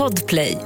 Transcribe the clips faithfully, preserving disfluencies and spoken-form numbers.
Podplay.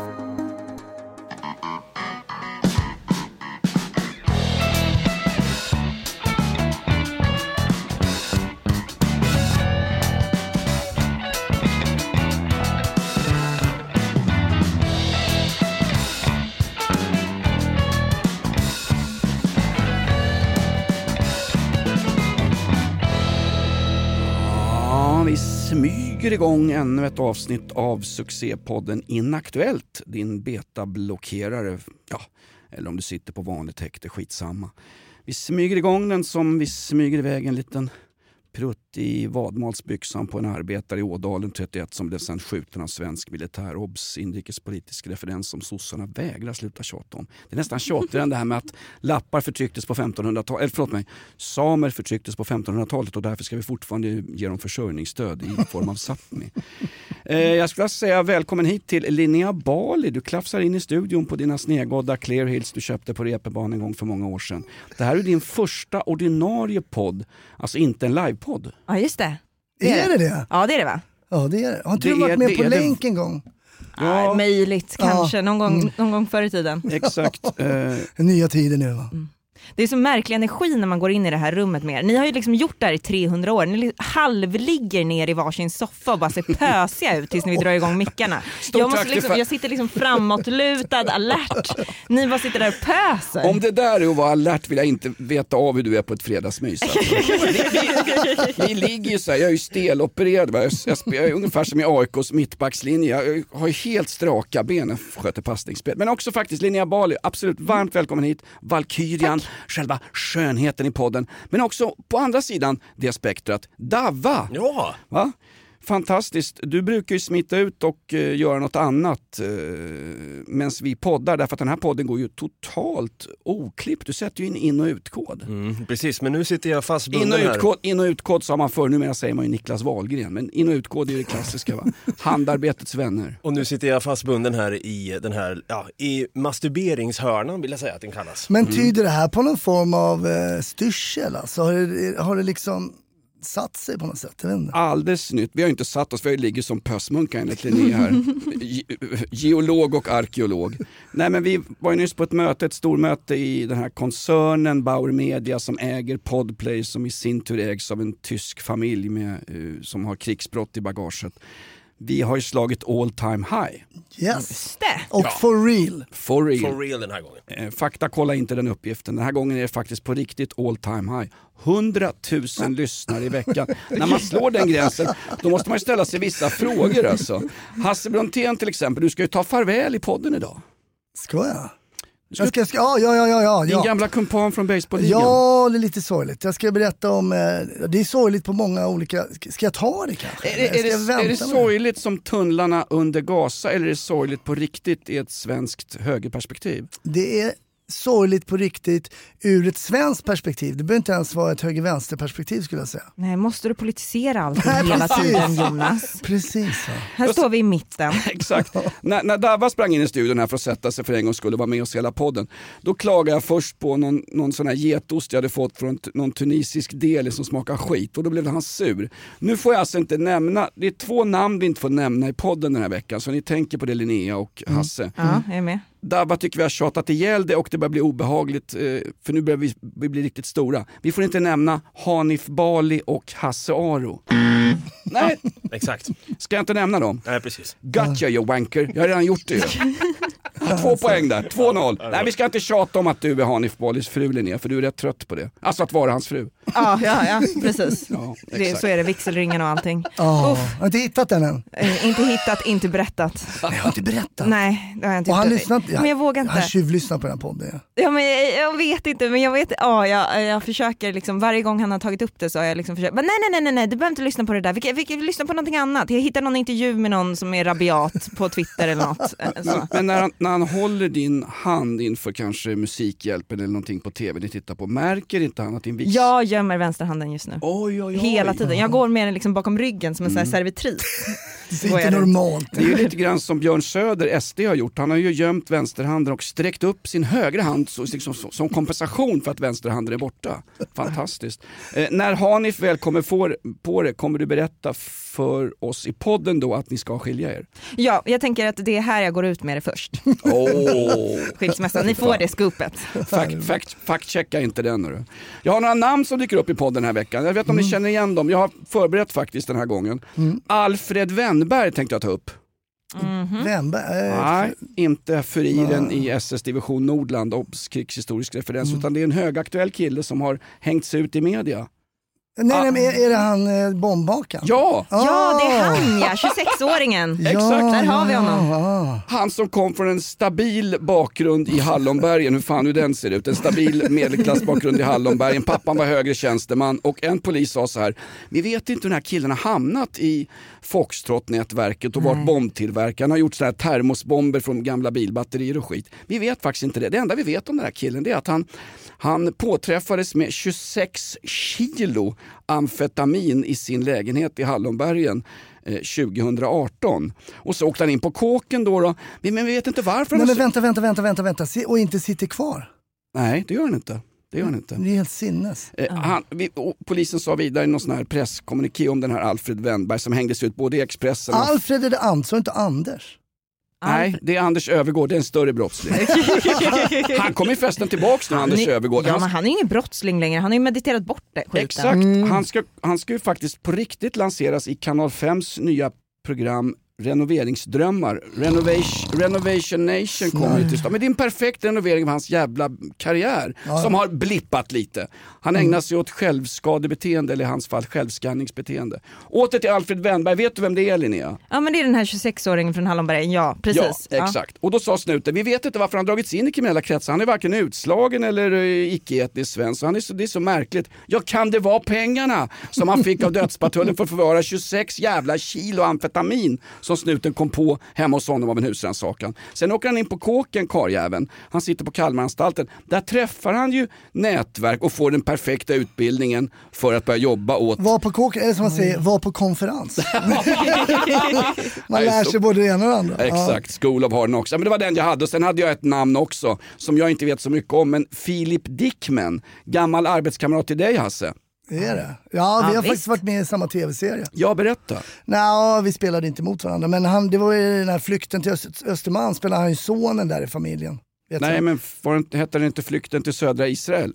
Smyger igång ännu ett avsnitt av succépodden Inaktuellt. Din betablockerare, ja, eller om du sitter på vanligt häkte, skitsamma. Vi smyger igång den som vi smyger iväg en liten prutt i vadmalsbyxan på en arbetare i Ådalen trettioett som blev sen skjuten av svensk militär. Obs, inrikespolitisk referens som sossarna vägrar sluta tjata om. Det är nästan tjatigare än det här med att lappar förtrycktes på femtonhundratalet, eller förlåt mig, samer förtrycktes på femtonhundratalet och därför ska vi fortfarande ge dem försörjningsstöd i form av Sápmi. eh, jag skulle säga välkommen hit till Linnea Bali. Du klafsar in i studion på dina snegodda Clear Hills du köpte på Reeperbahn en gång för många år sedan. Det här är din första ordinarie podd, alltså inte en livepodd. Ja, just det. Det är, är det det? Ja, det är det, va? Ja, det är det. Har inte det du varit är, med på länk en gång? Ja, ja möjligt. Kanske. Ja. Någon, gång, någon gång förr i tiden. Exakt. uh... Nya tider nu, va? Mm. Det är så märklig energi när man går in i det här rummet med er. Ni har ju liksom gjort det här i trehundra år. Ni halvligger ner i varsin soffa och bara ser pösiga ut tills ni drar igång mickarna. Jag, måste liksom, jag sitter liksom framåtlutad, alert. Ni bara sitter där och pöser. Om det där är att vara alert vill jag inte veta av hur du är på ett fredagsmys. Alltså. vi, vi, vi ligger ju så här, jag är ju stelopererad. Jag, jag, jag är ungefär som i A I K:s mittbackslinje. Jag har ju helt straka ben och sköter passningsspel. Men också faktiskt Linnea Bali, absolut varmt välkommen hit. Valkyrian. Tack. Själva skönheten i podden. Men också på andra sidan det spektrat, Davva. Ja. Va? Fantastiskt. Du brukar ju smita ut och uh, göra något annat uh, medan vi poddar. Därför att den här podden går ju totalt oklippt. Du sätter ju in in- och utkod. Mm, precis, men nu sitter jag fastbunden in och utkod, här. In- och utkod sa man förr. Numera säger man ju Niklas Wahlgren. Men in- och utkod är ju det klassiska, va? Handarbetets vänner. Och nu sitter jag fastbunden här i den här, ja, i masturberingshörnan vill jag säga att den kallas. Men tyder det här på någon form av eh, styrsel? Alltså, har, det, har det liksom satt sig på något sätt? Alldeles nytt. Vi har inte satt oss, för vi ligger som pösmunkar enligt Linnea här. Ge- geolog och arkeolog. Nej, men vi var ju nyss på ett möte, ett stormöte i den här koncernen Bauer Media som äger Podplay, som i sin tur ägs av en tysk familj med, uh, som har krigsbrott i bagaget. Vi har ju slagit all time high. Yes. Det. Och ja. for real. For real. For real den här gången. Eh, fakta, kolla inte den uppgiften. Den här gången är det faktiskt på riktigt all time high. hundratusen lyssnare i veckan. När man slår den gränsen, då måste man ju ställa sig vissa frågor alltså. Hasse Brontén till exempel, du ska ju ta farväl i podden idag. Ska jag? Jag ska, ska, ja, ja, ja, ja, Din ja. gamla kumpan från baseballligan. Ja, det är lite sorgligt. Jag ska berätta om, eh, det är sorgligt på många olika, ska jag ta det kanske? Är det, är det, är det sorgligt som tunnlarna under Gaza eller är det sorgligt på riktigt i ett svenskt högerperspektiv? Det är sorgligt på riktigt ur ett svenskt perspektiv. Det behöver inte ens vara ett höger-vänster-perspektiv skulle jag säga. Nej, måste du politisera allting hela tiden, Jonas? Precis. Ja. Här står vi i mitten. Exakt. när, när Davva sprang in i studion här för att sätta sig för en gång skulle vara med oss hela podden, då klagade jag först på någon, någon sån här getost jag hade fått från t- någon tunisisk del som smakar skit och då blev han sur. Nu får jag alltså inte nämna, det är två namn vi inte får nämna i podden den här veckan, så ni tänker på det, Linnea och Hasse. Mm. Ja, jag är med. Davva tycker vi har tjatat ihjäl det och det börjar bli obehagligt för nu börjar vi, vi bli riktigt stora. Vi får inte nämna Hanif Bali och Hasse Aro. Mm. Nej, exakt. Ska jag inte nämna dem? Nej, precis. Gotcha, you wanker. Jag har redan gjort det. Två poäng där, två noll. Nej, vi ska inte tjata om att du är Hanif Balis fru, Linnea, för du är rätt trött på det. Alltså att vara hans fru. Ja, ja, ja precis. Ja, det, så är det, vigselringen och allting. Oh, har inte hittat den än? Eh, inte hittat, inte berättat. Nej, jag har inte berättat. Nej, det har jag inte. Och han lyssnat, men jag vågar inte. Han tjuvlyssnar på den här podden. Ja, men jag, jag vet inte, men jag vet, ja, jag, jag försöker liksom, varje gång han har tagit upp det så har jag liksom försökt, men nej, nej, nej, nej, du behöver inte lyssna på det där. Vi, vi, vi lyssnar på någonting annat. Jag hittar någon intervju med någon som är rabiat på Twitter eller något. Men, men när, han, när han håller din hand inför kanske Musikhjälpen eller någonting på tv ni tittar på, märker inte han att din viks... Jag gömmer vänsterhanden just nu. Oj, oj, oj. Hela tiden. Jag går med den liksom bakom ryggen som en mm. sån här servitris. Det är inte normalt. Det är ju lite grann som Björn Söder, S D, har gjort. Han har ju gömt vänsterhanden och sträckt upp sin högra hand så, liksom, så, som kompensation för att vänsterhanden är borta. Fantastiskt. Eh, när Hanif väl kommer få, på det, kommer du berätta för oss i podden då att ni ska skilja er? Ja, jag tänker att det är här jag går ut med det först. Oh. Skilsmässan, ni får det skupet. Fact, fact, fact checka inte den nu. Jag har några namn som dyker upp i podden den här veckan. Jag vet om mm. ni känner igen dem. Jag har förberett faktiskt den här gången. Mm. Alfred Wennberg tänkte jag ta upp. Mm-hmm. Wennberg? Äh, Nej, inte furiren i S S Division Nordland, obs, krigshistorisk referens, mm. utan det är en högaktuell kille som har hängts ut i media. Nej, ah. nej, men är det han eh, bombbakan? Ja! Ah. Ja, det är han, ja. tjugosexåringen. Ja, Exakt. Där har vi honom. Ja. Han som kom från en stabil bakgrund i Hallonbergen, hur fan hur den ser ut. En stabil medelklassbakgrund i Hallonbergen. Pappan var högre tjänsteman och en polis sa så här: vi vet inte hur den här killen har hamnat i Foxtrot-nätverket och varit bombtillverkare. Han har gjort så här termosbomber från gamla bilbatterier och skit. Vi vet faktiskt inte det. Det enda vi vet om den här killen det är att han, han påträffades med tjugosex kilo amfetamin i sin lägenhet i Hallonbergen eh, tjugohundraarton. Och så åkte han in på kåken då. då. Men vi vet inte varför. Nej, men så... vänta, vänta, vänta, vänta, vänta. Och inte sitter kvar. Nej, det gör han inte. Det gör han inte. Det är helt sinnes. Eh, han, vi, polisen sa vidare i någon sån här presskommuniké om den här Alfred Wennberg som hängdes ut både i Expressen och... Alfred är det Anders, inte Anders. Nej, det är Anders Övergård, det är en större brottsling. Han kommer i festen tillbaks nu, Anders Övergård. Ja, men han är ingen brottsling längre, han har ju mediterat bort det. Skiten. Exakt, mm. han, ska, han ska ju faktiskt på riktigt lanseras i Kanal fems nya program Renoveringsdrömmar. Renovation, Renovation Nation kommer ju till stånd. Men det är en perfekt renovering av hans jävla karriär ja. som har blippat lite. Han ägnar mm. sig åt självskadebeteende, eller i hans fall självskanningsbeteende. Åter till Alfred Wennberg. Vet du vem det är, Linnea? Ja, men det är den här tjugosexåringen från Hallonbergen. Ja, precis. Ja, exakt. Ja. Och då sa snuten, vi vet inte varför han dragits in i kriminella kretsar. Han är varken utslagen eller uh, icke-etnisk svensk. Så han är så, det är så märkligt. Ja, kan det vara pengarna som han fick av dödspatrullen för att förvara tjugosex jävla kilo amfetamin som snuten kom på hemma hos honom av en husrannsakan. Sen åker han in på kåken, karjäveln. Han sitter på Kalmaranstalten. Där träffar han ju nätverk och får den perfekta utbildningen för att börja jobba åt... Var på kåken, eller som man säger, var på konferens. Man lär sig både det ena och det andra. Exakt, School of Hard Knocks. Men det var den jag hade. Och sen hade jag ett namn också som jag inte vet så mycket om. Men Philip Dickman, gammal arbetskamrat till dig, Hasse. Det är det. Ja, vi ja, har visst. faktiskt varit med i samma tv-serie. Ja, berätta. Nej, vi spelade inte mot varandra. Men han, det var ju den här flykten till Öst, Östermalm, spelade han ju sonen där i familjen. Vet Nej, så? Men var det, hette det inte flykten till södra Israel?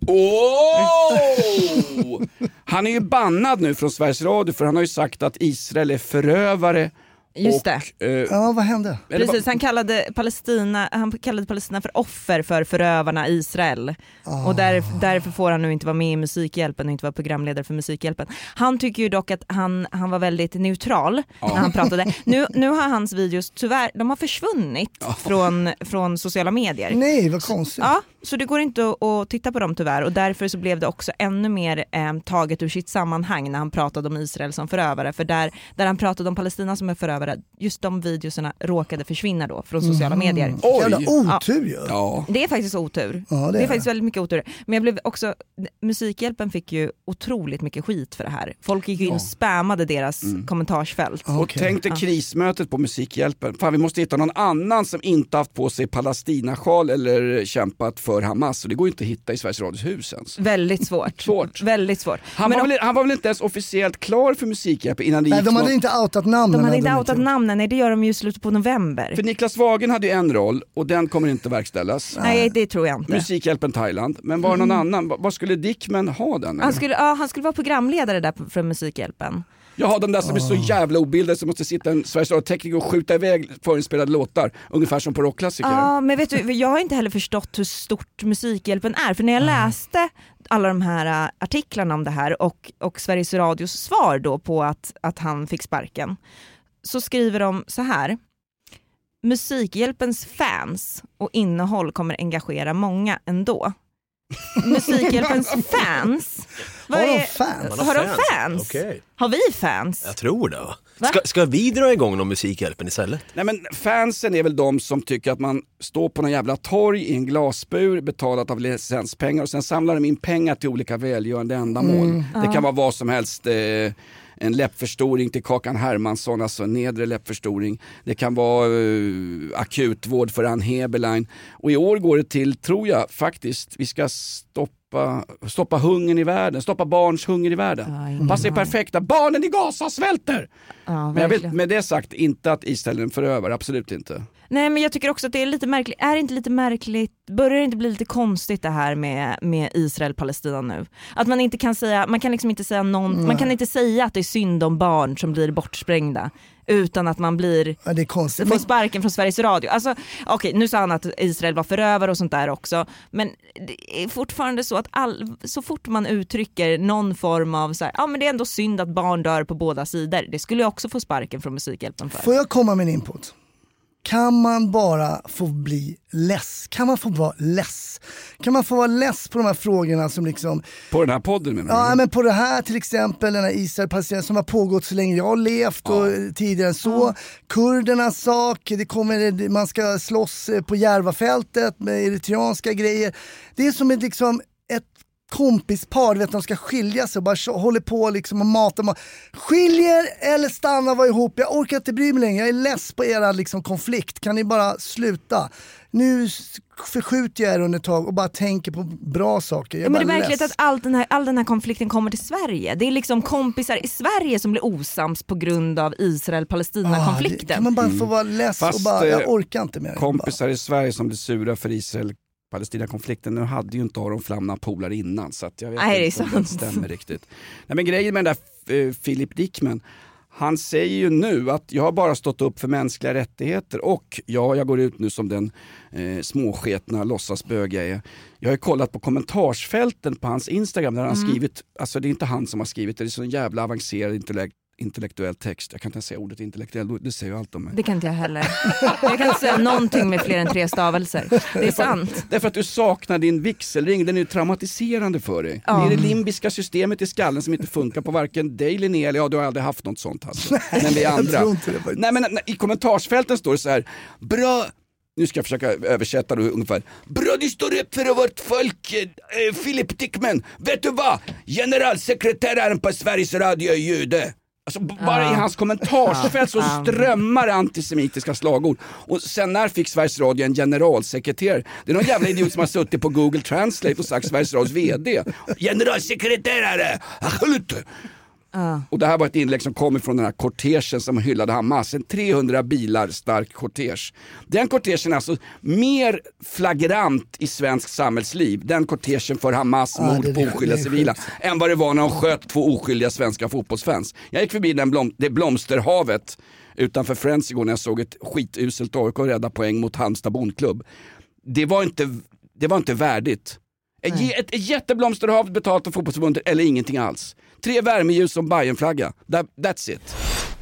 Oh! Han är ju bannad nu från Sveriges Radio för han har ju sagt att Israel är förövare. Just och, det. Eh, ja, vad hände? Precis, han kallade Palestina, han kallade Palestina för offer för förövarna Israel. Oh. Och där, därför får han nu inte vara med i Musikhjälpen och inte vara programledare för Musikhjälpen. Han tycker ju dock att han, han var väldigt neutral oh. när han pratade. Nu, nu har hans videos tyvärr, de har försvunnit oh. från, från sociala medier. Nej, vad konstigt. Ja, så det går inte att, att titta på dem tyvärr. Och därför så blev det också ännu mer eh, taget ur sitt sammanhang när han pratade om Israel som förövare. För där, där han pratade om Palestina som är förövare, just de videoserna råkade försvinna då från sociala mm. medier. Oj, jävla otur ju. Ja. Det är faktiskt otur. Ja, det, är det är faktiskt väldigt mycket otur. Men jag blev också, Musikhjälpen fick ju otroligt mycket skit för det här. Folk gick ju in ja. och spammade deras mm. kommentarsfält. Okay. Och tänkte ja. krismötet på Musikhjälpen. Fan, vi måste hitta någon annan som inte haft på sig Palestinasjal eller kämpat för Hamas. Så det går ju inte att hitta i Sveriges Radios hus ens. Väldigt svårt. svårt. Väldigt svårt. Han, Men var de... väl, han var väl inte ens officiellt klar för Musikhjälpen innan det Nej, gick de hade någon... inte outat namnen. De hade inte outat namnen. Nej, det gör de ju i slutet på november. För Niklas Wagen hade ju en roll och den kommer inte verkställas. Nej, det tror jag inte. Musikhjälpen Thailand. Men var någon mm. annan? Vad skulle Dickman ha den? Han skulle, ja, han skulle vara programledare där för Musikhjälpen. Jaha, de där som är så jävla obildade som måste sitta en Sveriges Radio-tekniker och skjuta iväg förinspelade låtar. Ungefär som på rockklassiker. Ja, men vet du, jag har inte heller förstått hur stort Musikhjälpen är. För när jag läste alla de här artiklarna om det här och, och Sveriges Radios svar då på att, att han fick sparken, så skriver de så här: Musikhjälpens fans och innehåll kommer engagera många ändå. Musikhjälpens fans? Vad är... Har de fans? Har de fans? Okay. Har vi fans? Jag tror det. Va? Ska, ska vi dra igång någon Musikhjälpen istället? Nej, men fansen är väl de som tycker att man står på någon jävla torg i en glasbur betalat av licenspengar och sen samlar de in pengar till olika välgörande ändamål. Mm. Det kan vara vad som helst. Eh, en läppförstoring till Kakan Hermansson, alltså nedre läppförstoring. Det kan vara uh, akutvård för Ann Heberlein. Och i år går det till, tror jag faktiskt, vi ska stoppa, stoppa hungern i världen, stoppa barns hunger i världen. Mm. Passar perfekta, barnen i Gaza svälter! Ja, men jag vet med det sagt inte att Israel är en förövare, absolut inte. Nej, men jag tycker också att det är lite märkligt. Är det inte lite märkligt? Börjar det inte bli lite konstigt det här med, med Israel-Palestina nu? Att man inte kan säga, man kan liksom inte säga någon, mm. man kan inte säga att det är synd om barn som blir bortsprängda utan att man blir ja, det är konstigt. får sparken från Sveriges Radio. Alltså, okej, okay, nu sa han att Israel var förövare och sånt där också, men det är fortfarande så att all, så fort man uttrycker någon form av så här, ja men det är ändå synd att barn dör på båda sidor. Det skulle jag också få sparken från Musikhjälpen för. Får jag komma med en input? Kan man bara få bli less? Kan man få vara less? Kan man få vara less på de här frågorna som liksom... På den här podden menar du? Ja, men på det här till exempel, den här Israel-Palestina som har pågått så länge jag har levt och ja. tidigare än så. Ja. Kurdernas sak, det kommer, man ska slåss på Järvafältet med eritreanska grejer. Det är som ett, liksom, ett kompispar, vet, de ska skilja sig och bara håller på liksom och matar. Och skiljer eller stanna, var ihop. Jag orkar inte bry mig längre. Jag är less på era liksom konflikt. Kan ni bara sluta? Nu förskjuter jag er under ett tag och bara tänker på bra saker. Jag ja, men det är verkligt att all den, här, all den här konflikten kommer till Sverige. Det är liksom kompisar i Sverige som blir osams på grund av Israel-Palestina-konflikten. Ah, kan man bara få vara less mm. och bara, jag orkar inte mer. Kompisar i Sverige som blir sura för Israel Palestina-konflikten, nu hade ju inte Aron Flam några polare innan, så att jag vet Nej, inte om det stämmer riktigt. Nej, men grejen med den där uh, Philip Dickman, han säger ju nu att jag har bara stått upp för mänskliga rättigheter och ja, jag går ut nu som den eh, småsketna låtsasbög jag är. Jag har kollat på kommentarsfälten på hans Instagram där han mm. skrivit, alltså det är inte han som har skrivit det, det är så en jävla avancerad intellekt intellektuell text. Jag kan inte säga ordet intellektuell, det säger ju allt om mig. Det kan inte jag heller. Jag kan inte säga någonting med fler än tre stavelser. Det är sant. Därför att du saknar din vigselring, den är ju traumatiserande för dig. Ja. Det är det limbiska systemet i skallen som inte funkar på varken dig, Linnea, eller ja, du har aldrig haft något sånt. Alltså. Men vi andra. Nej, men i kommentarsfälten står det så här, bra, nu ska jag försöka översätta det ungefär. Bra, du står upp för vårt folk, eh, Philip Dickman. Vet du vad? Generalsekreteraren på Sveriges Radio är jude. Alltså bara i hans kommentarsfält så strömmar antisemitiska slagord. Och sen när fick Sveriges Radio en generalsekreterare? Det är någon jävla idiot som har suttit på Google Translate och sagt Sveriges Radios vd. Generalsekreterare! Uh. Och det här var ett inlägg som kom från den här kortegen som hyllade Hamas. En trehundra bilar stark kortege. Den kortegen är alltså mer flagrant i svensk samhällsliv. Den kortegen för Hamas uh, mord på oskyldiga civila än vad det var när de sköt två oskyldiga svenska fotbollsfans. Jag gick förbi den blom, det blomsterhavet utanför Friends igår när jag såg ett skituselt A I K rädda poäng mot Halmstad bondklubb. Det var inte, det var inte värdigt. Ett, ett, ett jätteblomsterhav betalt av fotbollsförbundet eller ingenting alls. Tre värmeljus som Bayernflagga. That, that's it.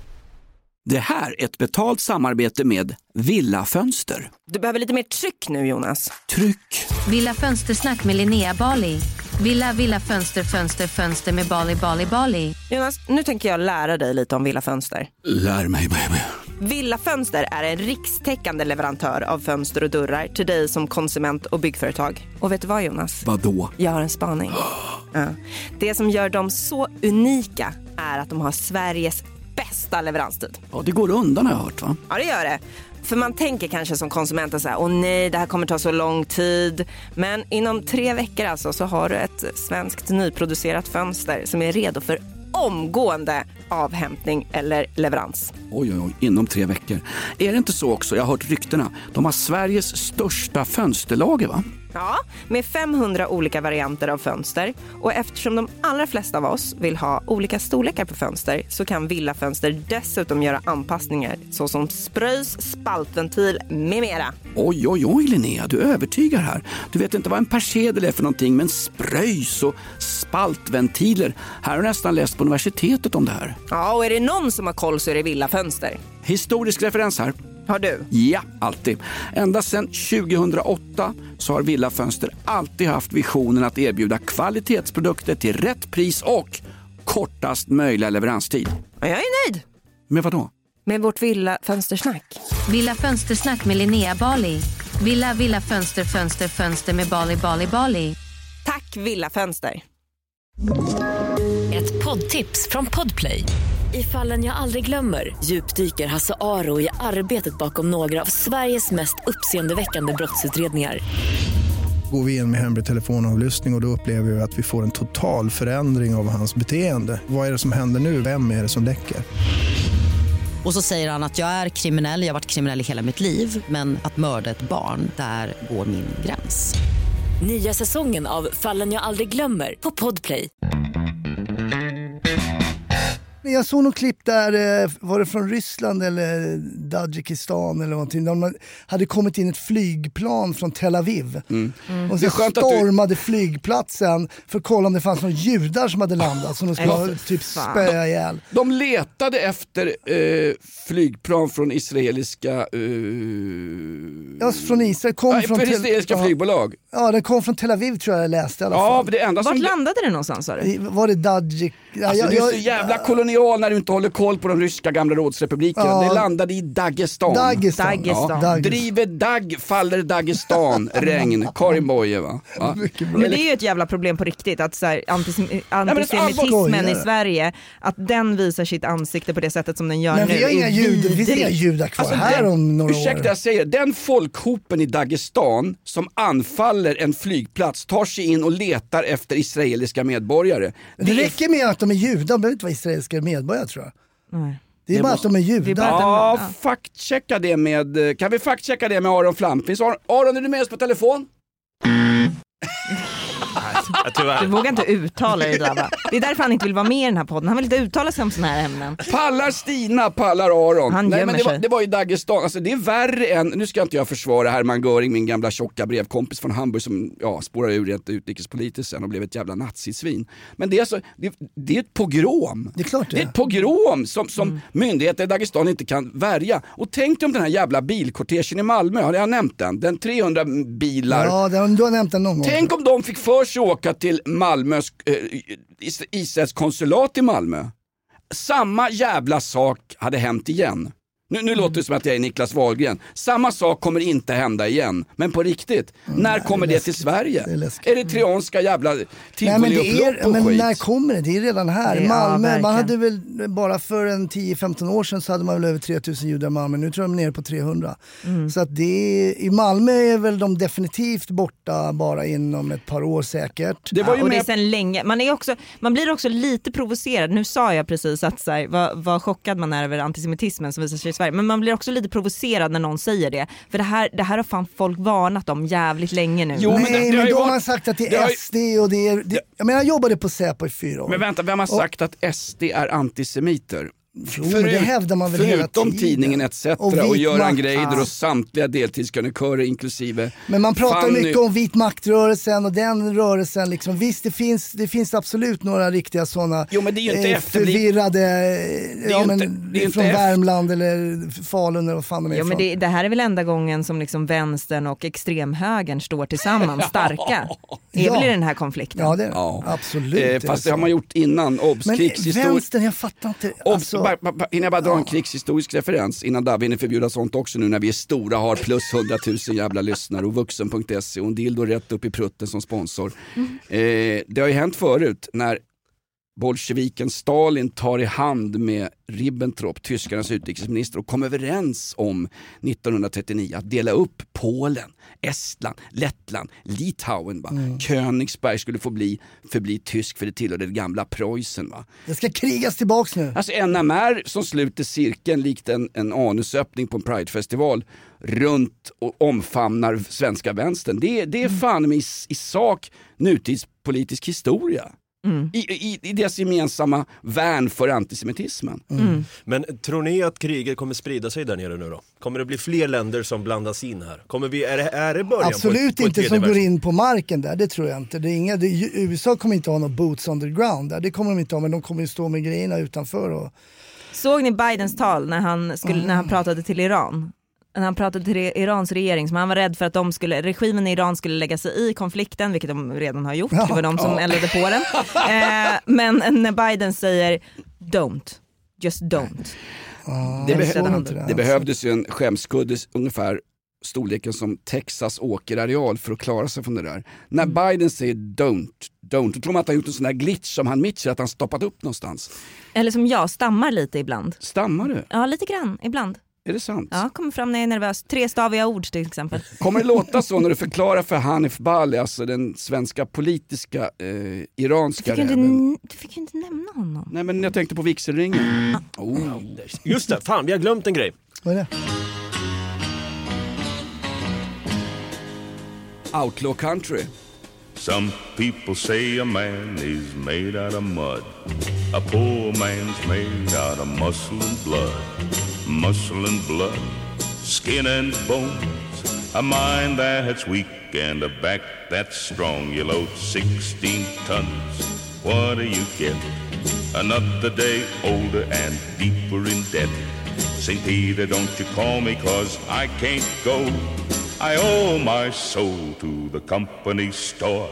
Det här är ett betalt samarbete med Villa Fönster. Du behöver lite mer tryck nu, Jonas. Tryck. Villa Fönstersnack med Linnea Bali. Villa, Villa Fönster, Fönster, Fönster med Bali, Bali, Bali. Jonas, nu tänker jag lära dig lite om Villa Fönster. Lär mig, baby. Villa Fönster är en rikstäckande leverantör av fönster och dörrar till dig som konsument och byggföretag. Och vet du vad, Jonas? Vadå? Jag har en spaning. Ja. Det som gör dem så unika är att de har Sveriges bästa leveranstid. Ja, det går undan har jag hört, va? Ja, det gör det. För man tänker kanske som konsument så här, åh nej, det här kommer ta så lång tid. Men inom tre veckor alltså så har du ett svenskt nyproducerat fönster som är redo för omgående avhämtning eller leverans. Oj, oj, oj, inom tre veckor. Är det inte så också? Jag har hört ryktena. De har Sveriges största fönsterlager, va? Ja, med femhundra olika varianter av fönster. Och eftersom de allra flesta av oss vill ha olika storlekar på fönster så kan Villa Fönster dessutom göra anpassningar såsom spröjs, spaltventil med mera. Oj, oj, oj, Linnea, du övertygar här. Du vet inte vad en persedel är för någonting, men spröjs och spaltventiler. Här har jag nästan läst på universitetet om det här. Ja, och är det någon som har koll så är det Villa Fönster. Historisk referens här. Har du? Ja, alltid. Ända sedan tjugohundraåtta så har Villa Fönster alltid haft visionen att erbjuda kvalitetsprodukter till rätt pris och kortast möjliga leveranstid. Jag är nöjd. Med vad då? Med vårt Villa Fönstersnack. Villa Fönstersnack med Linnea Bali. Villa, Villa Fönster, Fönster, Fönster med Bali, Bali, Bali. Tack Villa Fönster. Ett poddtips från Podplay. I Fallen jag aldrig glömmer djupdyker Hasse Aro i arbetet bakom några av Sveriges mest uppseendeväckande brottsutredningar. Går vi in med hemlig telefonavlyssning och, och då upplever vi att vi får en total förändring av hans beteende. Vad är det som händer nu? Vem är det som läcker? Och så säger han att jag är kriminell, jag har varit kriminell i hela mitt liv. Men att mörda ett barn, där går min gräns. Nya säsongen av Fallen jag aldrig glömmer på Podplay. Jag såg något klipp där, var det från Ryssland eller Tadzjikistan eller någonting. De hade kommit in ett flygplan från Tel Aviv. Mm. Mm. Och så stormade du... flygplatsen för att kolla om det fanns några judar som hade landat som de skulle ha typ spöa ihjäl. De letade efter eh, flygplan från israeliska... Eh... Ja, från Israel. Kom ja, från för israeliska tel... flygbolag. Ja, det kom från Tel Aviv tror jag jag läste i alla fall. Ja, det enda Vart som... landade det någonstans? Var, var det Tadzjik... Ja, alltså, jag, du är så jag... jävla kolonial när du inte håller koll på de ryska gamla rådsrepublikerna. Ja. Det landade i Dagestan. Dagestan. Dagestan. Ja. Dagestan. Driver Dag, faller Dagestan. Regn. Karin Boye, va? va? Men det är ju ett jävla problem på riktigt att så här, antisem- antisemitismen i Sverige, att den visar sitt ansikte på det sättet som den gör men nu. Men vi har inga judar, det finns inga judar kvar alltså, här den, om några ursäkta, år. Jag säger, den folkhopen i Dagestan som anfaller en flygplats tar sig in och letar efter israeliska medborgare. Det, det räcker med att de är judar, de behöver inte vara israeliska medborgare tror jag. Nej. Det är det bara måste... att de är judar. Ja, faktchecka det med, kan vi faktchecka det med Aron Flampis? Aron, är du med oss på telefon? Du vågar inte uttala det där, va? Det är därför han inte vill vara med i den här podden. Han vill inte uttala sig om såna här ämnen. Pallar Stina, pallar Aron. Han Nej, men det var, sig. det var i Dagestan. Alltså, det är värre än, nu ska inte jag försvara Hermann Göring, min gamla tjocka brevkompis från Hamburg som ja, spårade ur rent utrikespolitiskt sen och blev ett jävla nazisvin. Men det är, alltså, det, det är ett pogrom. Det är klart det. Det är ett pogrom som, som mm. myndigheter i Dagestan inte kan värja. Och tänk dig om den här jävla bilkortegen i Malmö, har jag nämnt den? Den trehundra bilar. Ja, den, du har nämnt den någon gång. Tänk om de fick för sig åka till Malmös eh, Israels konsulat i Malmö. Samma jävla sak hade hänt igen. Nu, nu mm. låter det som att jag är Niklas Wahlgren. Samma sak kommer inte hända igen. Men på riktigt, mm, när kommer det, det till Sverige? Det Eritreanska jävla tivoli och plopp och men skit. När kommer det? Det är redan här. Det är, Malmö, ja, man hade väl bara för en tio femton år sedan så hade man väl över tre tusen judar i Malmö. Nu tror jag de är nere på trehundra. Mm. Så att det är, i Malmö är väl de definitivt borta bara inom ett par år säkert. Det var ju ja, och med... det är sen länge. Man, är också, man blir också lite provocerad. Nu sa jag precis att så här, vad, vad chockad man är över antisemitismen som visar sig i Sverige. Men man blir också lite provocerad när någon säger det. För det här, det här har fan folk varnat om jävligt länge nu. Jo, men Nej, det, det men då varit... har man sagt att det är det S D och det är... Det, jag menar, jag jobbade på Säpo i fyra år. Men vänta, vem har sagt och... att S D är antisemiter? Jo, Förut, det hävdar man väl hela tiden. Förutom tidningen et cetera och, och Göran Greider ja. och samtliga deltidskrönikörer inklusive. Men man pratar Fanny... mycket om vit maktrörelsen och den rörelsen liksom. Visst, det finns, det finns absolut några riktiga sådana jo, men det är ju inte eh, förvirrade ja, inte, men, från efter... Värmland eller Falun eller vad fan de är jo, ifrån. men det, det här är väl enda gången som liksom vänstern och extremhögern står tillsammans starka. Det är ja. väl i den här konflikten. Ja, det är ja. absolut. Eh, fast det, det har man gjort innan. Obs, men krigshistor... vänstern, jag fattar inte. Alltså... Bara, bara, innan jag bara drar en krigshistorisk referens innan David hinner förbjuda sånt också nu när vi är stora, har plus hundratusen jävla lyssnare och vuxen punkt se och en dildo rätt upp i prutten som sponsor. Mm. Eh, det har ju hänt förut när bolsjeviken Stalin tar i hand med Ribbentrop, tyskarnas utrikesminister, och kom överens om nittonhundratrettionio att dela upp Polen, Estland, Lettland, Litauen. Va? Mm. Königsberg skulle få bli, förbli tysk för det tillhörde det gamla Preussen. Va? Det ska krigas tillbaks nu. Alltså N M R som sluter cirkeln likt en, en anusöppning på en Pride-festival runt och omfamnar svenska vänstern. Det, det är fan i, i sak nutidspolitisk historia. Mm. I, i, I deras gemensamma värn för antisemitismen. Mm. Mm. Men tror ni att kriget kommer sprida sig där nere nu då? Kommer det bli fler länder som blandas in här? Kommer vi, är, det, är det början absolut på, på inte som går in på marken där, det tror jag inte. Det är inga, det, U S A kommer inte ha några boots on the ground där, det kommer de inte ha, men de kommer ju stå med grejerna utanför. Och... Såg ni Bidens tal när han, skulle, mm. när han pratade till Iran? När han pratade till Irans regering, som han var rädd för att de skulle, regimen i Iran skulle lägga sig i konflikten, vilket de redan har gjort. Det var de som eldade på den. Eh, men när Biden säger don't, just don't. Ah, det, be- det, det behövdes ju en skämskudde ungefär storleken som Texas åkerareal för att klara sig från det där. När Biden säger don't, don't, då tror man att han gjort en sån där glitch som han Mitchell, att han stoppat upp någonstans. Eller som jag, stammar lite ibland. Stammar du? Ja, lite grann, ibland. Är det sant? Ja, kommer fram när jag är nervös. Trestaviga ord till exempel. Kommer det låta så när du förklarar för Hanif Bali, alltså den svenska politiska eh, iranska du fick, räven? inte, du fick ju inte nämna honom. Nej, men jag tänkte på vigselringen. Oh. Just det, fan vi har glömt en grej. Vad är det? Outlaw country. Some people say a man is made out of mud. A poor man's made out of muscle and blood. Muscle and blood, skin and bones. A mind that's weak and a back that's strong. You load sixteen tons. What do you get? Another day older and deeper in debt. Saint Peter, don't you call me, 'cause I can't go. I owe my soul to the company store.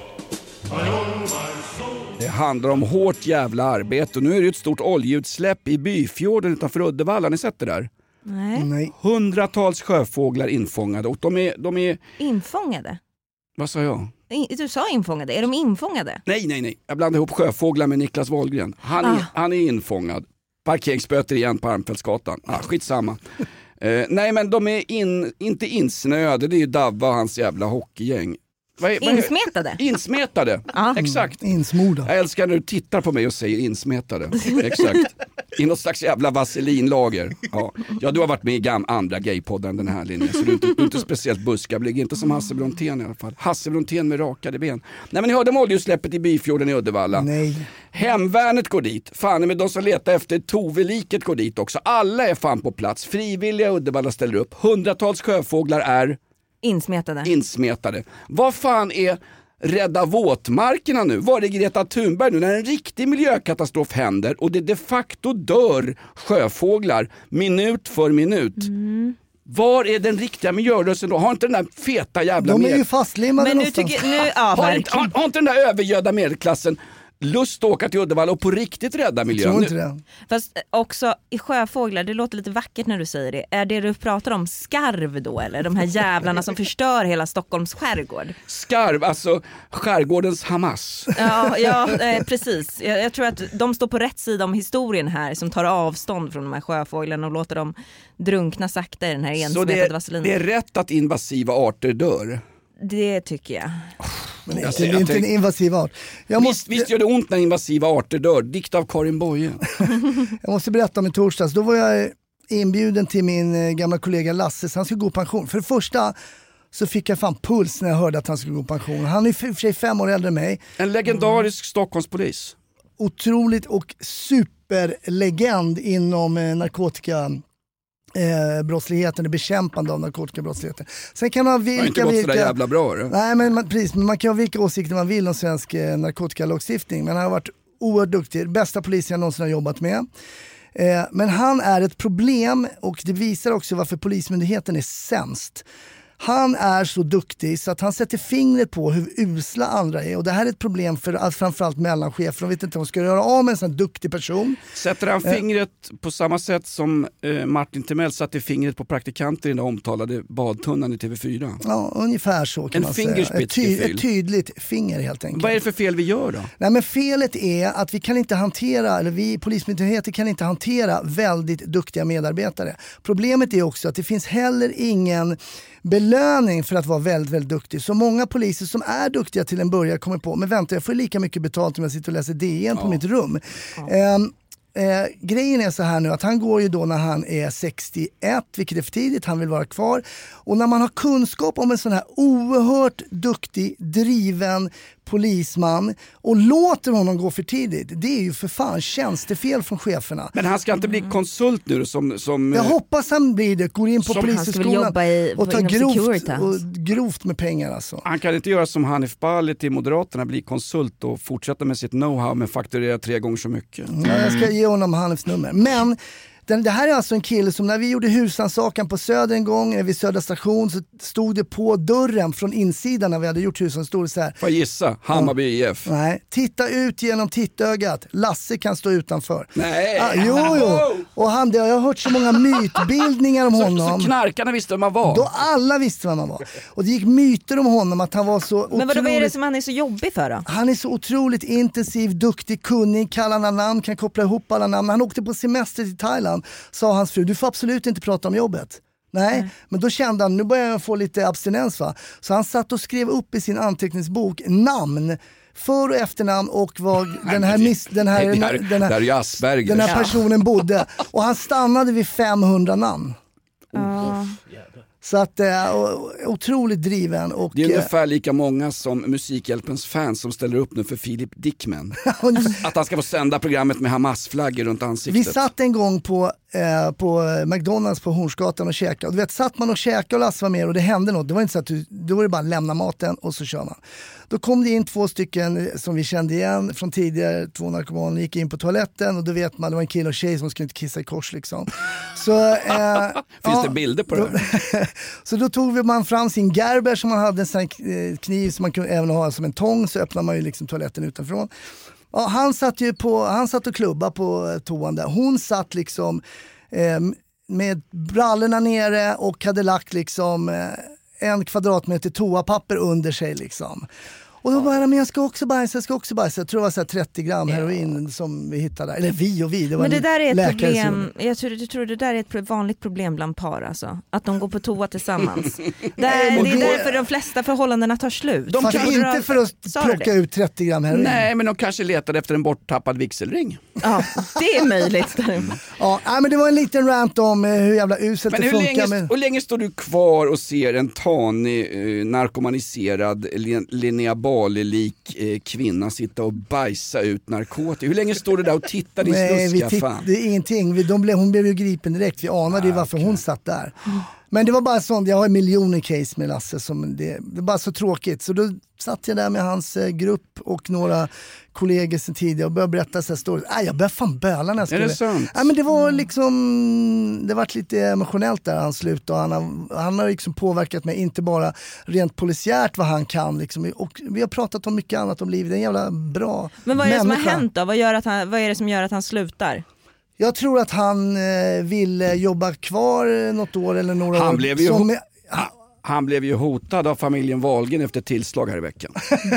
I owe my soul. Det handlar om hårt jävla arbete och nu är det ett stort oljeutsläpp i Byfjorden utanför Uddevalla. Har ni sett det där? Nej. Nej. Hundratals sjöfåglar infångade och de är... De är... Infångade? Vad sa jag? Du sa infångade. Är de infångade? Nej, nej, nej. Jag blandade ihop sjöfåglar med Niklas Wahlgren. Han, ah. är, han är infångad. Parkeringsböter igen på Armfältsgatan. Ah, skitsamma. uh, nej, men de är in, inte insnöade. Det är ju Davva och hans jävla hockeygäng. Vad är, vad är, insmetade? Insmetade, ah. exakt. Insmorda. Jag älskar när du tittar på mig och säger insmetade. Exakt. I något slags jävla vaselinlager. Ja, ja du har varit med i gam- andra gaypodden den här linjen. Så du är inte, du är inte speciellt buskablig. Inte som Hasse Brontén i alla fall. Hasse Brontén med rakade ben. Nej, men ni hörde om oljeutsläppet i Byfjorden i Uddevalla. Nej. Hemvärnet går dit. Fan, men de som letar efter Tove-liket går dit också. Alla är fan på plats. Frivilliga Uddevalla ställer upp. Hundratals sjöfåglar är... Insmetade. Insmetade. Vad fan är rädda våtmarkerna nu? Var är Greta Thunberg nu när en riktig miljökatastrof händer och det de facto dör sjöfåglar minut för minut? Mm. Var är den riktiga miljörörelsen då? Har inte den där feta jävla... De är med... ju fastlimmade Men nu någonstans. tycker, nu, ja, har, inte, har, har inte den där övergödda medelklassen lust att åka till Uddevalla och på riktigt rädda miljön? Jag tror inte det. Fast också i sjöfåglar, det låter lite vackert när du säger det. Är det du pratar om skarv då eller? De här jävlarna som förstör hela Stockholms skärgård. Skarv, alltså skärgårdens Hamas. Ja, ja eh, precis. Jag, jag tror att de står på rätt sida om historien här som tar avstånd från de här sjöfåglarna och låter dem drunkna sakta i den här ensmetade vaselinen. Så det är, det är rätt att invasiva arter dör? Det tycker jag. Men det, det är inte en invasiv art. Jag måste... visst, visst gör det ont när invasiva arter dör. Dikt av Karin Boye. Jag måste berätta om i torsdags. Då var jag inbjuden till min gamla kollega Lasse. Så han skulle gå pension. För det första så fick jag fan puls när jag hörde att han skulle gå pension. Han är för sig fem år äldre än mig. En legendarisk Stockholmspolis. Otroligt och superlegend inom eh, narkotika... Eh, brottsligheten, det bekämpande av narkotikabrottsligheten. Sen kan man ha vilka, inte gått vilka... så jävla bra, det. Nej, men man, precis, men man kan ha vilka åsikter man vill om svensk eh, narkotikalagstiftning, men han har varit oerhört duktig, bästa polisen jag någonsin har jobbat med. Eh, men han är ett problem och det visar också varför polismyndigheten är sämst. Han är så duktig så att han sätter fingret på hur usla andra är. Och det här är ett problem för framförallt mellanchefer. De vet inte vad de ska göra av med en sån duktig person. Sätter han fingret eh. på samma sätt som eh, Martin Timell satte fingret på praktikanter i den omtalade badtunnan i T V fyra? Ja, ungefär så kan en man säga. Ett, ty- ett tydligt finger helt enkelt. Vad är det för fel vi gör då? Nej, men felet är att vi kan inte hantera, eller vi polismyndigheter kan inte hantera väldigt duktiga medarbetare. Problemet är också att det finns heller ingen belöning för att vara väldigt, väldigt duktig. Så många poliser som är duktiga till en början kommer på, men vänta, jag får lika mycket betalt om jag sitter och läser D N på ja. mitt rum. Ja. Um, Eh, grejen är så här nu att han går ju då när han är sextioett, vilket är för tidigt, han vill vara kvar. Och när man har kunskap om en sån här oerhört duktig, driven polisman och låter honom gå för tidigt, det är ju för fan tjänstefel från cheferna. Men han ska inte bli konsult nu som... som jag hoppas han blir det, går in på polishögskolan och tar grovt, och grovt med pengar alltså. Han kan inte göra som Hanif Bali till Moderaterna, bli konsult och fortsätta med sitt know-how men fakturera tre gånger så mycket. Mm. Ja, jag ska ge honom Hanifs nummer. Men Den, det här är alltså en kille som när vi gjorde husrannsakan på Söder en gång, vid Södra station, så stod det på dörren från insidan när vi hade gjort husen, stod det så här. Får jag gissa? Hammarby I F. Nej, titta ut genom tittögat. Lasse kan stå utanför. Nej. Ah, jo, jo. Och han, jag har hört så många mytbildningar om så, honom. Så knarkarna visste vem man var? Då alla visste vem man var. Och det gick myter om honom att han var så otroligt... Men vad, vad är det som han är så jobbig för då? Han är så otroligt intensiv, duktig, kunnig, kan alla namn, kan koppla ihop alla namn. Han åkte på semester till Thailand, sa hans fru, du får absolut inte prata om jobbet. Nej, mm. men då kände han, nu börjar jag få lite abstinens va. Så han satt och skrev upp i sin anteckningsbok namn, för- och efternamn och var den här, miss, den här, Nej, det här, den här, det här är Asperger. den här personen bodde. Och han stannade vid femhundra namn. Uh. Så att äh, otroligt driven. Och, det är ungefär lika många som Musikhjälpens fans som ställer upp nu för Philip Dickman. Att han ska få sända programmet med Hamas-flaggor runt ansiktet. Vi satt en gång på, eh, på McDonalds på Hornsgatan och käkade. Och du vet, satt man och käkade och Lasse var med och det hände något. Det var inte så att du, då var det bara att lämna maten och så kör man. Då kom det in två stycken som vi kände igen från tidigare, två narkomaner, gick in på toaletten och då vet man, det var en kille och tjej som skulle inte kissa i kors liksom. Så, eh, Finns ja, det bilder på det? Så då tog man fram sin Gerber som man hade, en sån kniv som man kunde även ha som en tång, så öppnade man ju liksom toaletten utanför. Ja, han satt ju på, han satt och klubba på toan där. Hon satt liksom eh, med brallorna nere och hade lagt liksom eh, en kvadratmeter toapapper under sig liksom. Och då bara, men jag ska också bajsa, jag ska också bajsa. Jag tror det var så här trettio gram heroin ja. som vi hittade där. Eller vi och vi, det var men det där är ett problem, som... jag tror, jag tror det där är ett vanligt problem bland par alltså. Att de går på toa tillsammans. där, det är då... därför de flesta förhållandena tar slut. De kan inte ha... för att plocka ut trettio gram heroin. Nej, men de kanske letade efter en borttappad vigselring. Ja, det är möjligt. Ja, men det var en liten rant om hur jävla uselt men det hur funkar. Länge, med... hur länge står du kvar och ser en tanig, eh, narkomaniserad Linnea Bali-lik eh, kvinna sitta och bajsa ut narkotika? Hur länge står du där och tittar i Nej, sluska? vi Fan? Det är ingenting. Vi, de blev, hon blev ju gripen direkt. Vi anade ju ah, varför okay. hon satt där. Men det var bara sånt, jag har miljoner case med Lasse som det, det är bara så tråkigt. Så då satt jag där med hans eh, grupp och några kollegor sen tidigare och började berätta så här stories. Nej, jag började fan böla när jag skulle. Är det sant? Nej, men det var liksom, det var lite emotionellt där han slut och han har, han har liksom påverkat mig, inte bara rent polisiärt vad han kan liksom. Och vi har pratat om mycket annat om livet, det är en jävla bra Men vad är det människa. som har hänt då? Vad, gör att han, vad är det som gör att han slutar? Jag tror att han eh, vill eh, jobba kvar något år eller några han år. Blev ju som, ho- han, han blev ju hotad av familjen Wahlgren efter tillslag här i veckan.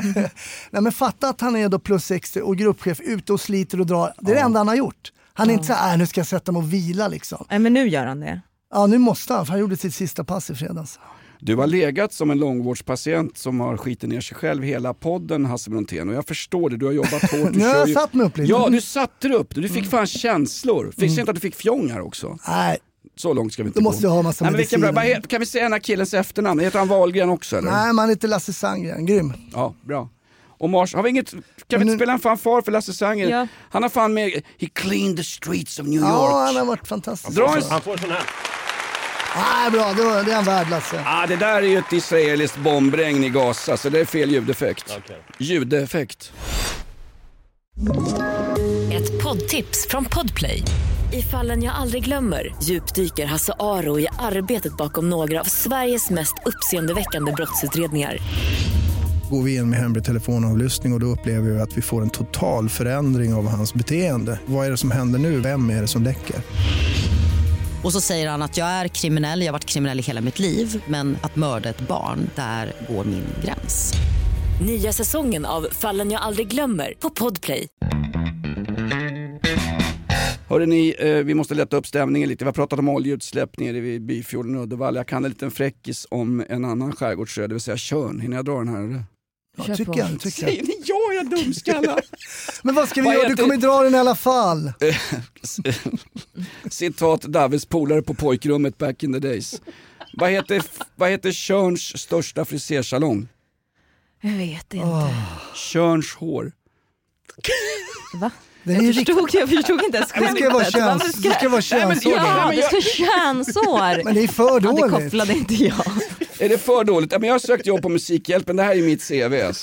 Nej, men fatta att han är då plus sextio och gruppchef ute och sliter och drar. Det är ja. det enda han har gjort. Han är ja. inte så här, nu ska jag sätta mig och vila liksom. Nej, men nu gör han det. Ja, nu måste han, för han gjorde sitt sista pass i fredags. Du har legat som en långvårdspatient som har skitit ner sig själv hela podden, Hasse Brontén, och jag förstår det, du har jobbat hårt. Du nu har jag ju... satt mig upp lite. Ja, du satte dig upp, du fick fan känslor. Fick mm. inte att du fick fjång här också? Nej. Så långt ska vi inte Då gå. måste jag ha massa Nej, men mediciner. bra. Kan vi säga den här killens efternamn? Heter han Wahlgren också eller? Nej, man heter Lasse Sandgren, grym. Ja, bra. Och Mars, har vi inget, kan vi inte nu... spela en fanfar för Lasse Sandgren? Ja. Han har fan med, he cleaned the streets of New York. Ja, han har varit fantastisk. Dra en... Han får sån här. Ah, bra, det, var, det är en värd, Lasse. Ah, det där är ju ett israeliskt bombregn i Gaza, så det är fel ljudeffekt. Okay. Ljudeffekt. Ett poddtips från Podplay. I Fallen jag aldrig glömmer djupdyker Hasse Aro i arbetet bakom några av Sveriges mest uppseendeväckande brottsutredningar. Går vi in med hemlig telefonavlyssning och, och då upplever vi att vi får en total förändring av hans beteende. Vad är det som händer nu? Vem är det som läcker? Och så säger han att jag är kriminell, jag har varit kriminell i hela mitt liv. Men att mörda ett barn, där går min gräns. Nya säsongen av Fallen jag aldrig glömmer på Podplay. Hörde ni, eh, vi måste lätta upp stämningen lite. Vi har pratat om oljeutsläpp nere vid Byfjorden och Uddevalla. Jag kan en liten fräckis om en annan skärgårdsö, det vill säga Tjörn. Hinner jag dra den här eller? Ja, tycker jag, tycker jag. Säger ni ja, jag dumskallar. Men vad ska vi vad göra? Du kommer dra den i alla fall. Citat Davids polare på pojkrummet back in the days. Vad heter, vad heter Tjörns största frisersalong? Jag vet inte. Oh. Tjörns hår. Va? Jag förstod, jag förstod inte ens skämtet. Det ska vara köns, det ska vara könsår. Ja, det ska könsår. Men det är för dåligt. Ja, det kopplade inte jag. Är det för dåligt? Men jag har sökt jobb på Musikhjälpen, det här är mitt C V alltså.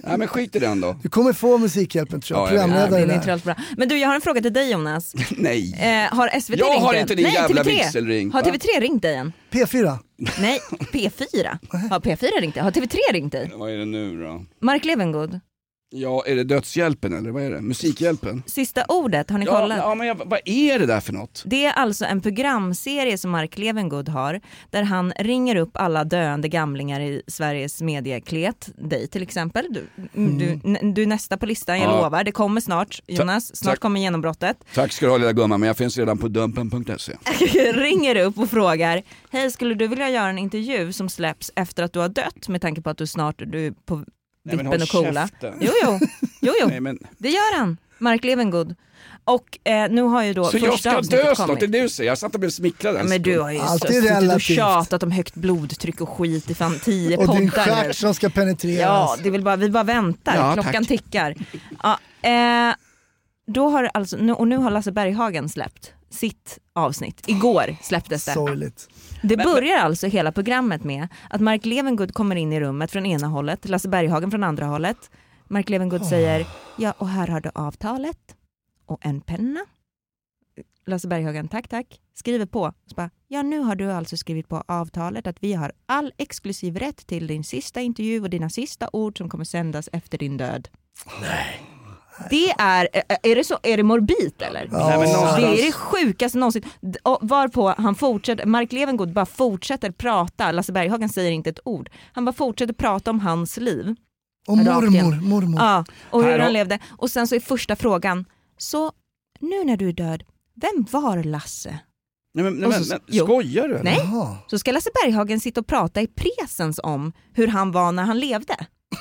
Nej, men skit i den då. Du kommer få Musikhjälpen tror jag. Ja, jag Ja, det är inte alls bra. Men du, jag har en fråga till dig Jonas. Nej. Eh, har S V T jag ringt har inte din Nej, jävla T V tre. vigselring. Har T V tre ringt dig än? P fyra. Nej, P fyra. Har P fyra ringt dig? Har T V tre ringt dig? Vad är det nu då? Mark Levengood. Ja, är det Dödshjälpen eller vad är det? Musikhjälpen? Sista ordet, har ni ja, kollat? Ja, men jag, vad är det där för något? Det är alltså en programserie som Mark Levengood har där han ringer upp alla döende gamlingar i Sveriges medieklet. Dig till exempel. Du, mm. du, n- du är nästa på listan, jag ja. lovar. Det kommer snart, Jonas. Ta- snart tack. kommer genombrottet. Tack ska du ha lilla gumman, men jag finns redan på dumpen punkt se. Ringer upp och frågar: hej, skulle du vilja göra en intervju som släpps efter att du har dött, med tanke på att du snart du är på vippen och coola. Jo, jo, jo, jo. Nej, men... det gör han, Mark Levengood. Och eh, nu har ju då så första jag ska dö snart, det du säger. Jag satt och blev smickrad. Ja, men du har ju suttit och tjatat om högt blodtryck och skit i fan tio poddar. Och din stjärt som ska penetreras. Ja, det vill bara, vi bara väntar, ja, klockan tack. tickar. Ja, eh, då har alltså, nu, och nu har Lasse Berghagen släppt sitt avsnitt. Igår släpptes det. Sorgligt. Det börjar alltså hela programmet med att Mark Levengood kommer in i rummet från ena hållet, Lasse Berghagen från andra hållet. Mark Levengood oh. säger: ja, och här har du avtalet och en penna. Lasse Berghagen, tack, tack. Skriver på. Så bara, ja, nu har du alltså skrivit på avtalet att vi har all exklusiv rätt till din sista intervju och dina sista ord som kommer sändas efter din död. Nej. Det är, är det så, är det morbid eller? Ja. Det är det sjukaste någonsin. Och varpå han fortsätter, Mark Levengood bara fortsätter prata. Lasse Berghagen säger inte ett ord. Han bara fortsätter prata om hans liv. Och mormor, mormor. Ja, och hur han levde. Och sen så är första frågan: så nu när du är död, vem var Lasse? Nej, men, nej, så, men skojar du? Nej, Aha. Så ska Lasse Berghagen sitta och prata i presens om hur han var när han levde.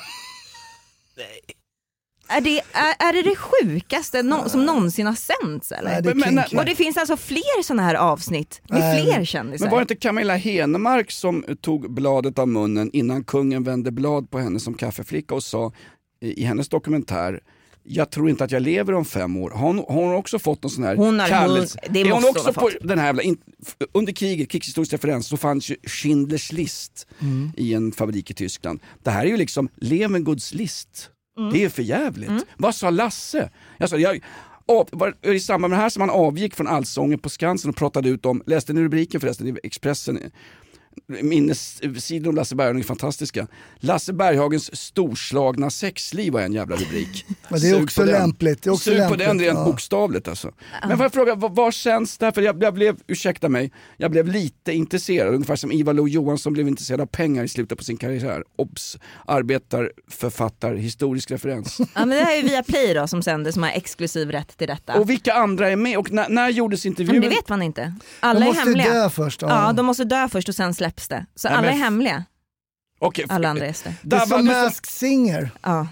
Nej. Är det, är, är det det sjukaste no, som någonsin har sänts eller? Nej, det men, men, och det finns alltså fler sådana här avsnitt med Nej. fler kändisar. Men var det inte Camilla Henemark som tog bladet av munnen innan kungen vände blad på henne som kaffeflicka och sa i hennes dokumentär: jag tror inte att jag lever om fem år. Har hon, har hon också fått någon sån här hon har, kallelse? Hon, det är hon också på den här jävla, in, under kriget, krigshistorisk referens, så fanns ju Schindlers list mm. i en fabrik i Tyskland. Det här är ju liksom Levengoods list. Mm. Det är för jävligt. Mm. Vad sa Lasse? Jag sa, jag, av, var, i samband med det här som han avgick från Allsången på Skansen och pratade ut om, läste ni rubriken förresten i Expressen, minnessidor om Lasse Berghagen är fantastiska. Lasse Berghagens storslagna sexliv var en jävla rubrik. Men det är också lämpligt. Det är också Sug lämpligt. på den rent ja. bokstavligt alltså. Men får jag fråga, vad, vad känns det här? För jag, jag blev, ursäkta mig, jag blev lite intresserad. Ungefär som Ivar Lo-Johansson blev intresserad av pengar i slutet på sin karriär. Obs, arbetar, författar, historisk referens. Ja, men det här är ju Viaplay då som sänder, som har exklusiv rätt till detta. Och vilka andra är med? Och när, när gjordes intervjun? Men det vet man inte. Alla är hemliga. De måste dö först. Ja. ja, de måste dö först och sen släpps det. Så ja, alla men... är hemliga. Okay. Alla andra gäster. Det är som Masked Singer. Ja.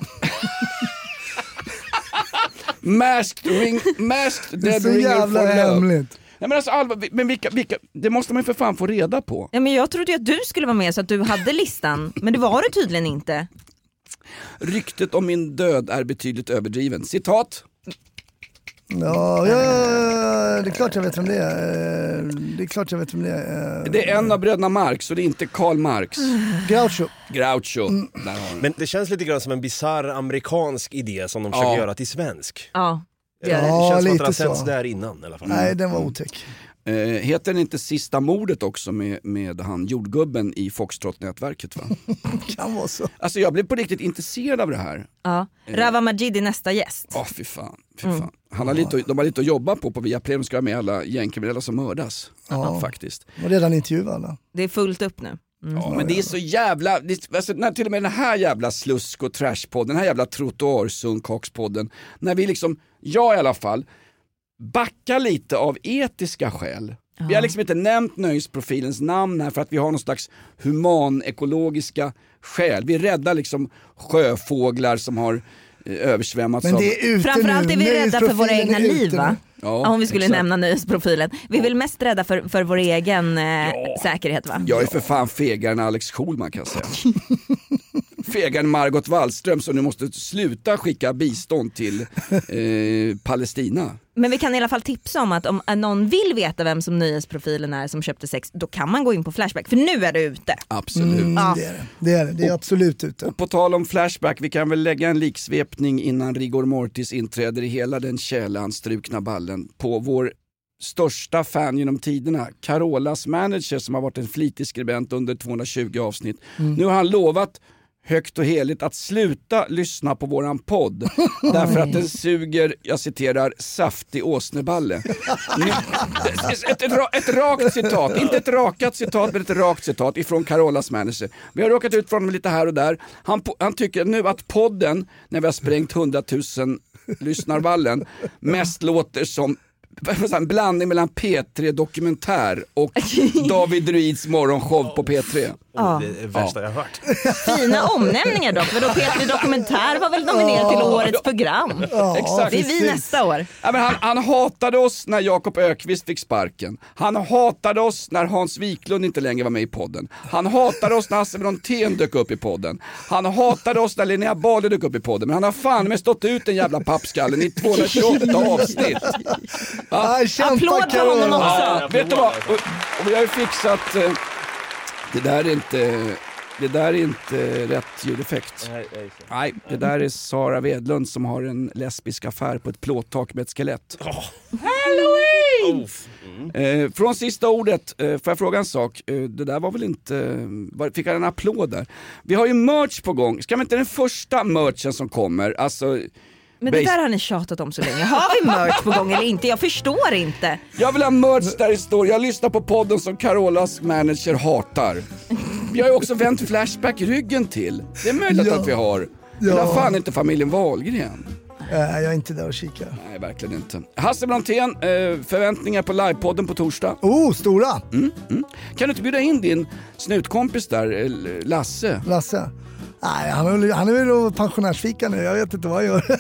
Masked ring, masked det är så jävla hemligt. Nej, men alltså, Alva, men vilka, vilka, det måste man ju för fan få reda på. Ja, men jag trodde ju att du skulle vara med så att du hade listan. Men det var det tydligen inte. Ryktet om min död är betydligt överdriven. Citat. Ja, ja, det är klart jag vet vem det är. Det är klart jag vet vem det är. Det är en av bröderna Marx, så det är inte Karl Marx. Groucho. Groucho. Mm. Men det känns lite grann som en bizarr amerikansk idé som de försöker ja. göra till svensk. Ja, det, det ja, känns som att det har så. setts där innan i alla fall. Nej, den var otäck. Eh, heter den inte Sista mordet också med, med han jordgubben i Foxtrot-nätverket, va? Kan vara så. Alltså jag blev på riktigt intresserad av det här. Ja, Rawa Majid är nästa gäst. Ja, oh, fy fan. Fy fan. Mm. Han har lite, de har lite att jobba på på Viaplay. De ska ha med alla gängkriminella som mördas. Ja, faktiskt. Och redan intervjuat alla. Det är fullt upp nu. Mm. Ja, men det är så jävla, det, alltså, när till och med den här jävla slusk- och trashpodden, den här jävla trottoarsunkakspodden, när vi liksom, jag i alla fall, backar lite av etiska skäl. Ja. Vi har liksom inte nämnt nöjesprofilens namn här för att vi har någon slags human-ekologiska skäl. Vi räddar liksom sjöfåglar som har eh, översvämmats. Men det är ute framförallt nu. är vi rädda för våra egna liv, va? Ja, om vi skulle exakt. nämna nöjesprofilen. Vi är väl mest rädda för, för vår egen eh, ja. säkerhet, va? Jag är för fan fegare än Alex Schulman, kan jag säga. Fegaren Margot Wallström som nu måste sluta skicka bistånd till eh, Palestina. Men vi kan i alla fall tipsa om att om någon vill veta vem som nyhetsprofilen är som köpte sex, då kan man gå in på Flashback, för nu är det ute. Absolut. Mm, ja. det är det. Det är, det. Det är och, absolut ute. Och på tal om Flashback, vi kan väl lägga en liksvepning innan Rigor Mortis inträder i hela den kärlanstrukna ballen på vår största fan genom tiderna, Carolas manager, som har varit en flitig skribent under tvåhundratjugo avsnitt. Mm. Nu har han lovat högt och heligt att sluta lyssna på våran podd därför att den suger, jag citerar, saftig åsneballe. ett, ett, ett rakt citat, inte ett rakat citat men ett rakt citat ifrån Carolas manager. Vi har råkat ut från lite här och där. Han, han tycker nu att podden, när vi har sprängt hundratusen lyssnarvallen, mest låter som en blandning mellan P tre Dokumentär och David Druids morgonshow på P tre. Oh, det är det värsta ja. jag har hört. Fina omnämningar dock. För då P tre Dokumentär var väl nominerad till årets program. Ja, exakt. Det är vi nästa år. Ja, men han, han hatade oss när Jakob Ökvist fick sparken. Han hatade oss när Hans Wiklund inte längre var med i podden. Han hatade oss när Hasse Brontén dök upp i podden. Han hatade oss när Linnea Bali dök upp i podden. Men han har fan med stått ut en jävla pappskallen i tvåhundratjugoåtta avsnitt. Ja. Applåd på honom också. Ja, vet du vad? Och, och vi har ju fixat... Eh, det där är inte... Det där är inte rätt ljudeffekt. Nej, nej, det där är Sara Vedlund som har en lesbisk affär på ett plåttak med ett skelett. Oh. Halloween! Mm. Eh, från sista ordet, eh, får jag fråga en sak? Eh, det där var väl inte... Var, fick jag en applåd där? Vi har ju merch på gång. Ska vi inte den första merchen som kommer? Alltså... Men det där har ni tjatat om så länge. Har vi merch på gång eller inte? Jag förstår inte. Jag vill ha merch där det står: jag lyssnar på podden som Carolas manager hatar. Vi har ju också vänt Flashback ryggen till. Det är möjligt ja. att vi har. Men ja. det fan inte familjen Wahlgren. Nej, jag är inte där och kikar. Nej, verkligen inte. Hasse Brontén, förväntningar på livepodden på torsdag. Oh, stora! Mm, mm. Kan du inte bjuda in din snutkompis där, Lasse? Lasse? Nej, han är, han är väl pensionärsfika nu, jag vet inte vad han gör.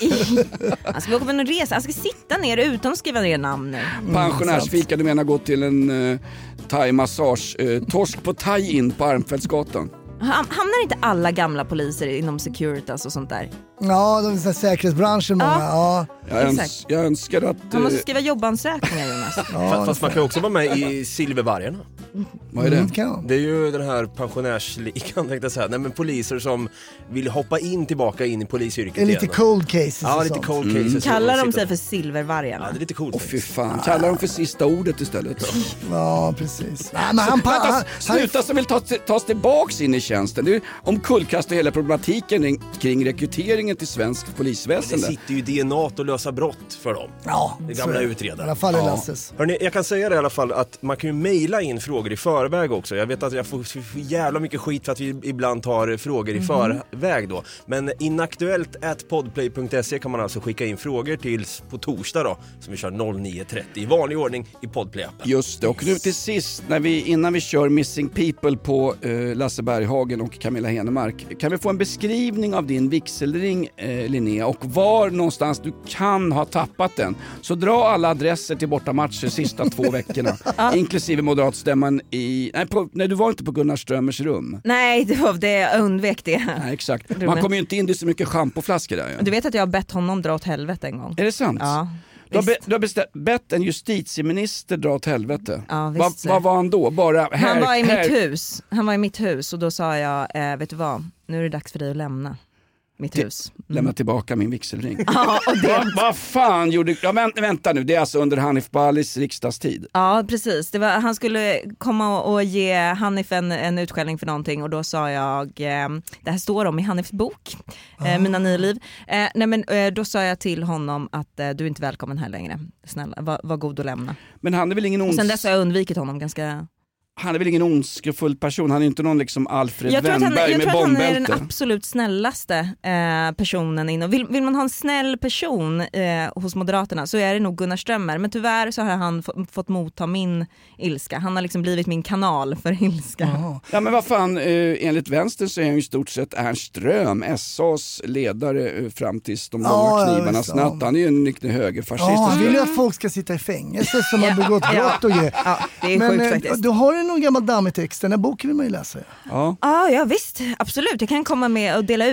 Han ska åka på en resa, han ska sitta ner utan att skriva ner namn. Mm, pensionärsfika, du menar gå till en uh, thai-massage, uh, torsk på thai-in på Armfältsgatan. Hamnar inte alla gamla poliser inom Securitas och sånt där? Ja, de är säkerhetsbranschen många. Ja. Ja. Jag, öns- jag önskar att... Han måste skriva jobbansökningar, Jonas. ja, Fast man kan också vara med i Silvervargarna. Mm. Vad är det? Mm, det är ju den här pensionärsligan, tänkte jag säga. Nej, men poliser som vill hoppa in tillbaka in i polisyrket igen. Lite cold cases. Ja, lite cold mm. cases. Kallar de sig för Silvervargarna? Ja, det är lite coolt. Åh, fy fan. Kallar de för sista ordet istället? Ja, precis. Nej, men han, han, han, Sluta som vill ta, tas tillbaks in i tjänsten. Det är omkullkasta hela problematiken kring rekryteringen till svensk polisväsende. Det sitter ju D N A och lösa brott för dem. Ja, det gamla utredare. I alla fall är Lasses. Hörrni, jag kan säga det i alla fall att man kan ju mejla in frågor i förväg också. Jag vet att jag får, får jävla mycket skit för att vi ibland tar frågor i mm-hmm. förväg då. Men inaktuellt at podplay punkt se kan man alltså skicka in frågor till på torsdag då, som vi kör noll nio trettio i vanlig ordning i Podplay-appen. Just det, och nu till sist, när vi, innan vi kör Missing People på eh, Lasse Berghagen och Camilla Henemark, kan vi få en beskrivning av din vigselring, eh, Linnea, och var någonstans du kan ha tappat den. Så dra alla adresser till bortamatcher sista två veckorna, inklusive moderatstämman i... Nej, på, nej, du var inte på Gunnar Strömmers rum. Nej, det var det, jag undvek det. Nej, exakt. Man kommer ju inte in, det är så mycket schampoflaskor där. Ja. Du vet att jag har bett honom dra åt helvete en gång. Är det sant? Ja. Du har, be, du har bestä, bett en justitieminister dra åt helvete. Ja, Vad va var han då? Bara här, han var i här. mitt hus. Han var i mitt hus och då sa jag, eh, vet du vad? Nu är det dags för dig att lämna mitt Till, hus. Mm. Lämna tillbaka min vigselring. Ja, och det... Vad va fan gjorde... Ja, vänta, vänta nu, det är alltså under Hanif Balis riksdagstid. Ja, precis. Det var, han skulle komma och ge Hanif en, en utskällning för någonting och då sa jag, eh, det här står om i Hanifs bok, eh, Mina nio liv. Eh, nej, men, eh, då sa jag till honom att eh, du är inte välkommen här längre. Snälla, var, var god och lämna. Men han är väl ingen ons... Sen dess har jag undvikit honom ganska... Han är väl ingen ondskefull person, han är inte någon liksom Alfred jag Wennberg med bombälte. Jag tror att han är den absolut snällaste eh, personen inom. Vill, vill man ha en snäll person eh, hos Moderaterna så är det nog Gunnar Strömmer. Men tyvärr så har han f- fått motta min ilska. Han har liksom blivit min kanal för ilska. Aha. Ja, men vad fan, eh, enligt vänstern så är han ju i stort sett Ernst Ström, S A:s ledare eh, fram tills de långa ja, knivarna snatt. Han är ju en riktig högerfascist. Ja, han vill ju att folk ska sitta i fängelse som har begått brott och grejer. Ja, det är men sjukt eh, faktiskt. Du har ju någon gammal dammig text, den här boken vill man ju läsa. Ja, ja, ja visst, absolut. Jag kan komma med och dela ut.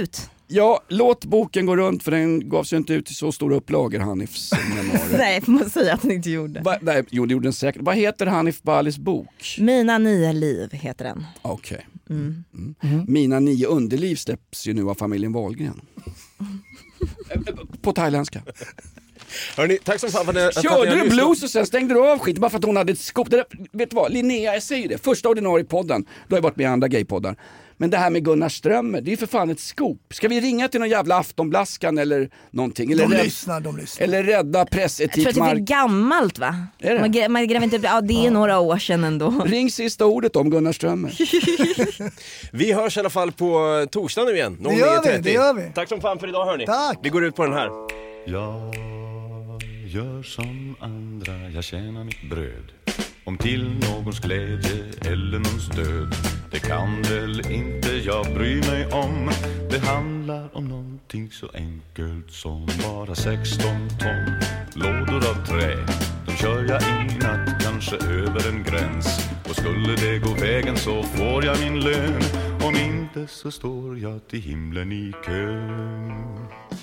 Ja, låt boken gå runt för den gavs ju inte ut i så stora upplagor, Hanifs memoarer. Nej, får man säga att den inte gjorde. Va, nej, jo, det gjorde den säkert. Vad heter Hanif Balis bok? Mina nio liv heter den. Okej. Okay. Mm. Mm. Mm. Mina nio underliv släpps ju nu av familjen Wahlgren. På thailändska. Hörrni, tack så fan för det. Körde du blues och sen stängde du av skit bara för att hon hade ett skop? Det där, vet du vad, Linnea, jag säger det. Första ordinarie podden. Du har ju varit med i andra gaypoddar. Men det här med Gunnar Strömmer, det är ju för fan ett skop. Ska vi ringa till någon jävla Aftonblaskan eller någonting? Eller de rädd, lyssnar, de lyssnar. Eller rädda pressetikmark. Jag tror att det är för gammalt, va? Är det? Man, man gräver inte, ja, det är ja. några år sedan ändå. Ring sista ordet om Gunnar Strömmer. Vi hörs i alla fall på torsdag nu igen. Det gör vi, det gör vi. Tack som fan för idag, hörni. Tack. Vi går ut på den här. Jag gör som andra, jag tjänar mitt bröd. Om till någons glädje eller någons död, det kan väl inte jag bry mig om. Det handlar om någonting så enkelt som bara sexton ton lådor av trä. De kör jag i natt, kanske över en gräns. Och skulle det gå vägen så får jag min lön. Om inte så står jag till himlen i kön.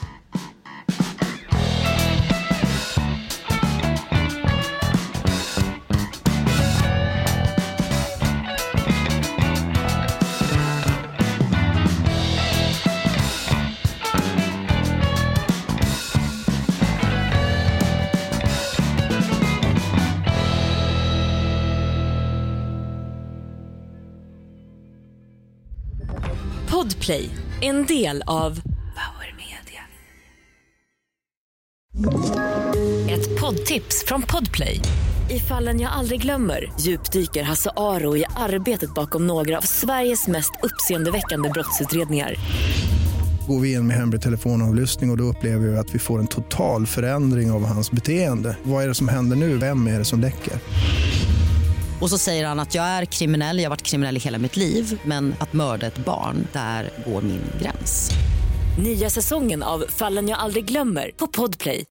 Podplay, en del av Power Media. Ett poddtips från Podplay. I Fallen jag aldrig glömmer djupdyker Hasse Aro i arbetet bakom några av Sveriges mest uppseendeväckande brottsutredningar. Går vi in med hemlig telefonavlyssning och då upplever vi att vi får en total förändring av hans beteende. Vad är det som händer nu? Vem är det som läcker? Och så säger han att jag är kriminell, jag har varit kriminell i hela mitt liv. Men att mörda ett barn, där går min gräns. Nya säsongen av Fallen jag aldrig glömmer på Podplay.